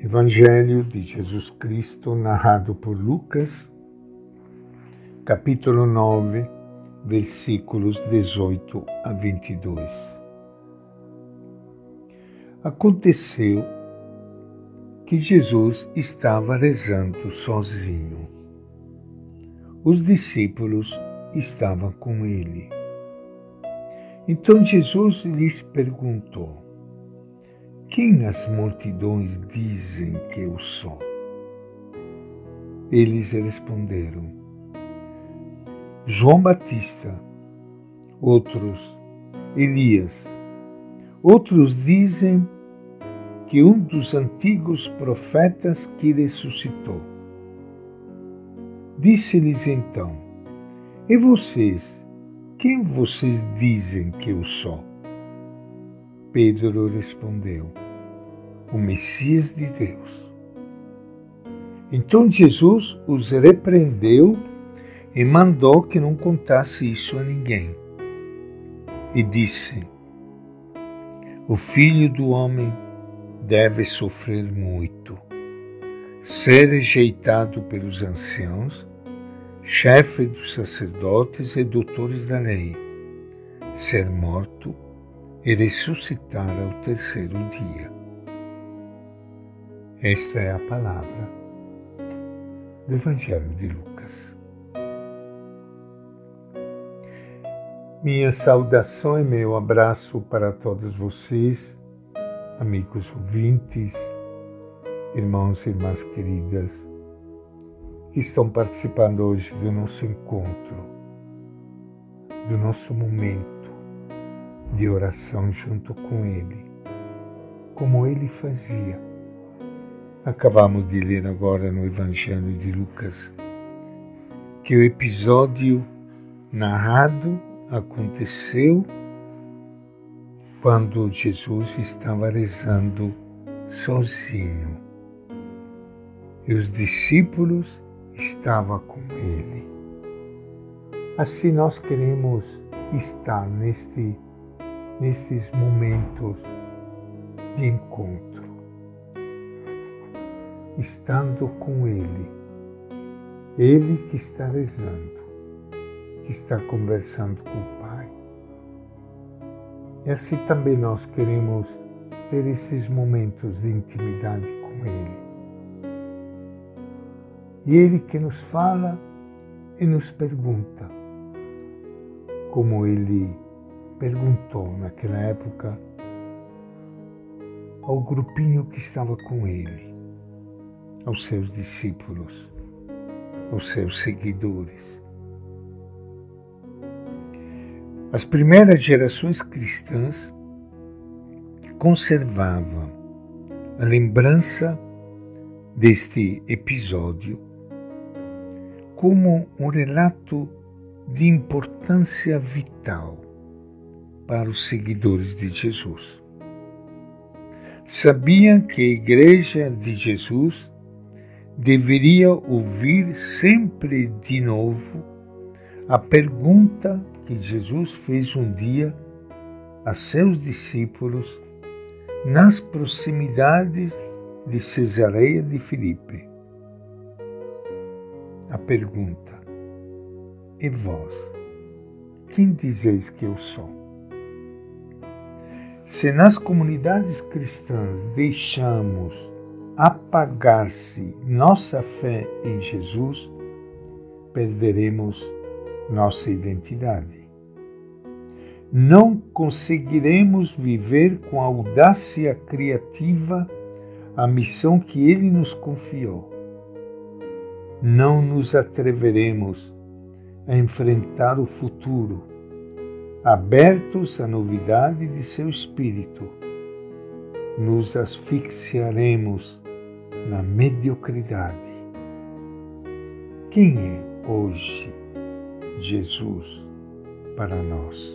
Evangelho de Jesus Cristo narrado por Lucas, capítulo 9, versículos 18 a 22. Aconteceu que Jesus estava rezando sozinho. Os discípulos estavam com ele. Então Jesus lhes perguntou: quem as multidões dizem que eu sou? Eles responderam: João Batista, outros Elias, outros dizem que um dos antigos profetas que ressuscitou. Disse-lhes então: e vocês, quem vocês dizem que eu sou? Pedro respondeu: o Messias de Deus. Então Jesus os repreendeu e mandou que não contasse isso a ninguém. E disse: o Filho do Homem deve sofrer muito, ser rejeitado pelos anciãos, chefe dos sacerdotes e doutores da lei, ser morto e ressuscitar ao terceiro dia. Esta é a palavra do Evangelho de Lucas. Minha saudação e meu abraço para todos vocês, amigos ouvintes, irmãos e irmãs queridas, que estão participando hoje do nosso encontro, do nosso momento de oração junto com Ele, como Ele fazia. Acabamos de ler agora no Evangelho de Lucas que o episódio narrado aconteceu quando Jesus estava rezando sozinho e os discípulos estavam com ele. Assim nós queremos estar nesses momentos de encontro, estando com Ele que está rezando, que está conversando com o Pai. E assim também nós queremos ter esses momentos de intimidade com Ele. E Ele que nos fala e nos pergunta, como Ele perguntou naquela época ao grupinho que estava com Ele, aos seus discípulos, aos seus seguidores. As primeiras gerações cristãs conservavam a lembrança deste episódio como um relato de importância vital para os seguidores de Jesus. Sabiam que a Igreja de Jesus deveria ouvir sempre de novo a pergunta que Jesus fez um dia a seus discípulos nas proximidades de Cesareia de Filipe. A pergunta: e vós, quem dizeis que eu sou? Se nas comunidades cristãs deixamos apagar-se nossa fé em Jesus, perderemos nossa identidade. Não conseguiremos viver com audácia criativa a missão que Ele nos confiou. Não nos atreveremos a enfrentar o futuro, abertos à novidade de seu Espírito. Nos asfixiaremos na mediocridade. Quem é hoje Jesus para nós?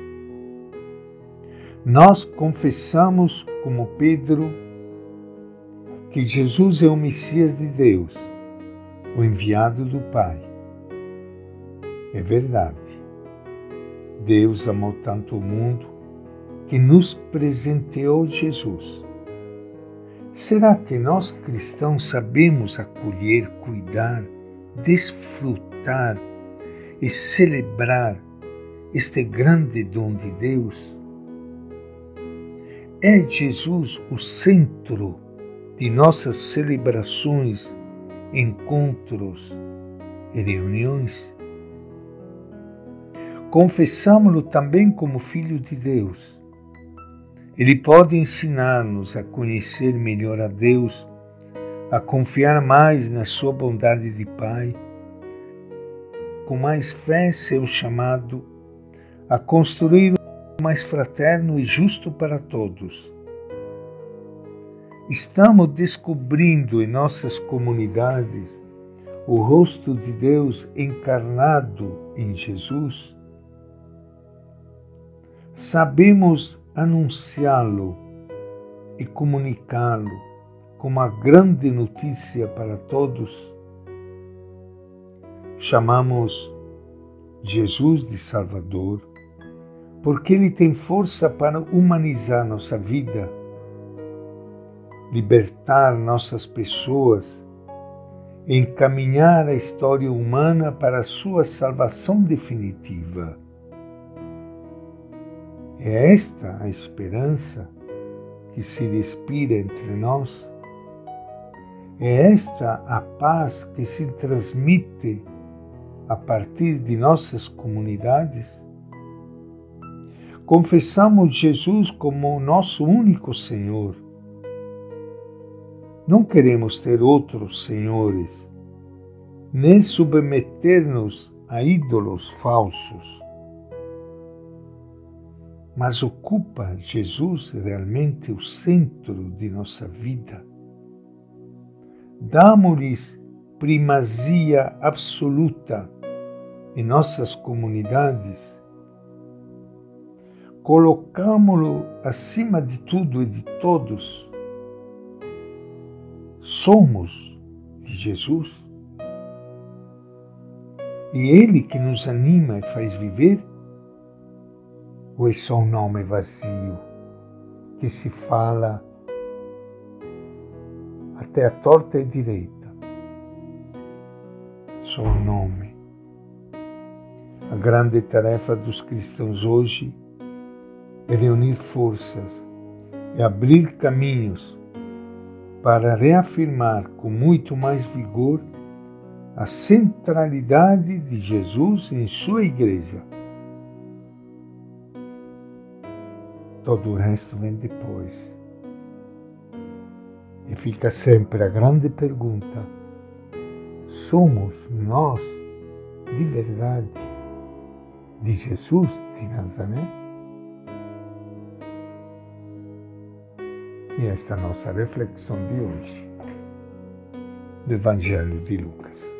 Nós confessamos, como Pedro, que Jesus é o Messias de Deus, o enviado do Pai. É verdade. Deus amou tanto o mundo que nos presenteou Jesus. Será que nós cristãos sabemos acolher, cuidar, desfrutar e celebrar este grande dom de Deus? É Jesus o centro de nossas celebrações, encontros e reuniões? Confessamo-lo também como Filho de Deus. Ele pode ensinar-nos a conhecer melhor a Deus, a confiar mais na sua bondade de Pai, com mais fé seu chamado a construir um mais fraterno e justo para todos. Estamos descobrindo em nossas comunidades o rosto de Deus encarnado em Jesus. Sabemos anunciá-lo e comunicá-lo como a grande notícia para todos. Chamamos Jesus de Salvador porque Ele tem força para humanizar nossa vida, libertar nossas pessoas e encaminhar a história humana para a sua salvação definitiva. É esta a esperança que se respira entre nós? É esta a paz que se transmite a partir de nossas comunidades? Confessamos Jesus como o nosso único Senhor. Não queremos ter outros senhores, nem submeter-nos a ídolos falsos. Mas ocupa Jesus realmente o centro de nossa vida? Damos-lhes primazia absoluta em nossas comunidades? Colocamo-lo acima de tudo e de todos? Somos de Jesus? E Ele que nos anima e faz viver? Ou é só um nome vazio que se fala até a torta e direita? Só um nome. A grande tarefa dos cristãos hoje é reunir forças e abrir caminhos para reafirmar com muito mais vigor a centralidade de Jesus em sua igreja. Todo o resto vem depois. E fica sempre a grande pergunta: somos nós, de verdade, de Jesus de Nazaré? E esta é a nossa reflexão de hoje, do Evangelho de Lucas.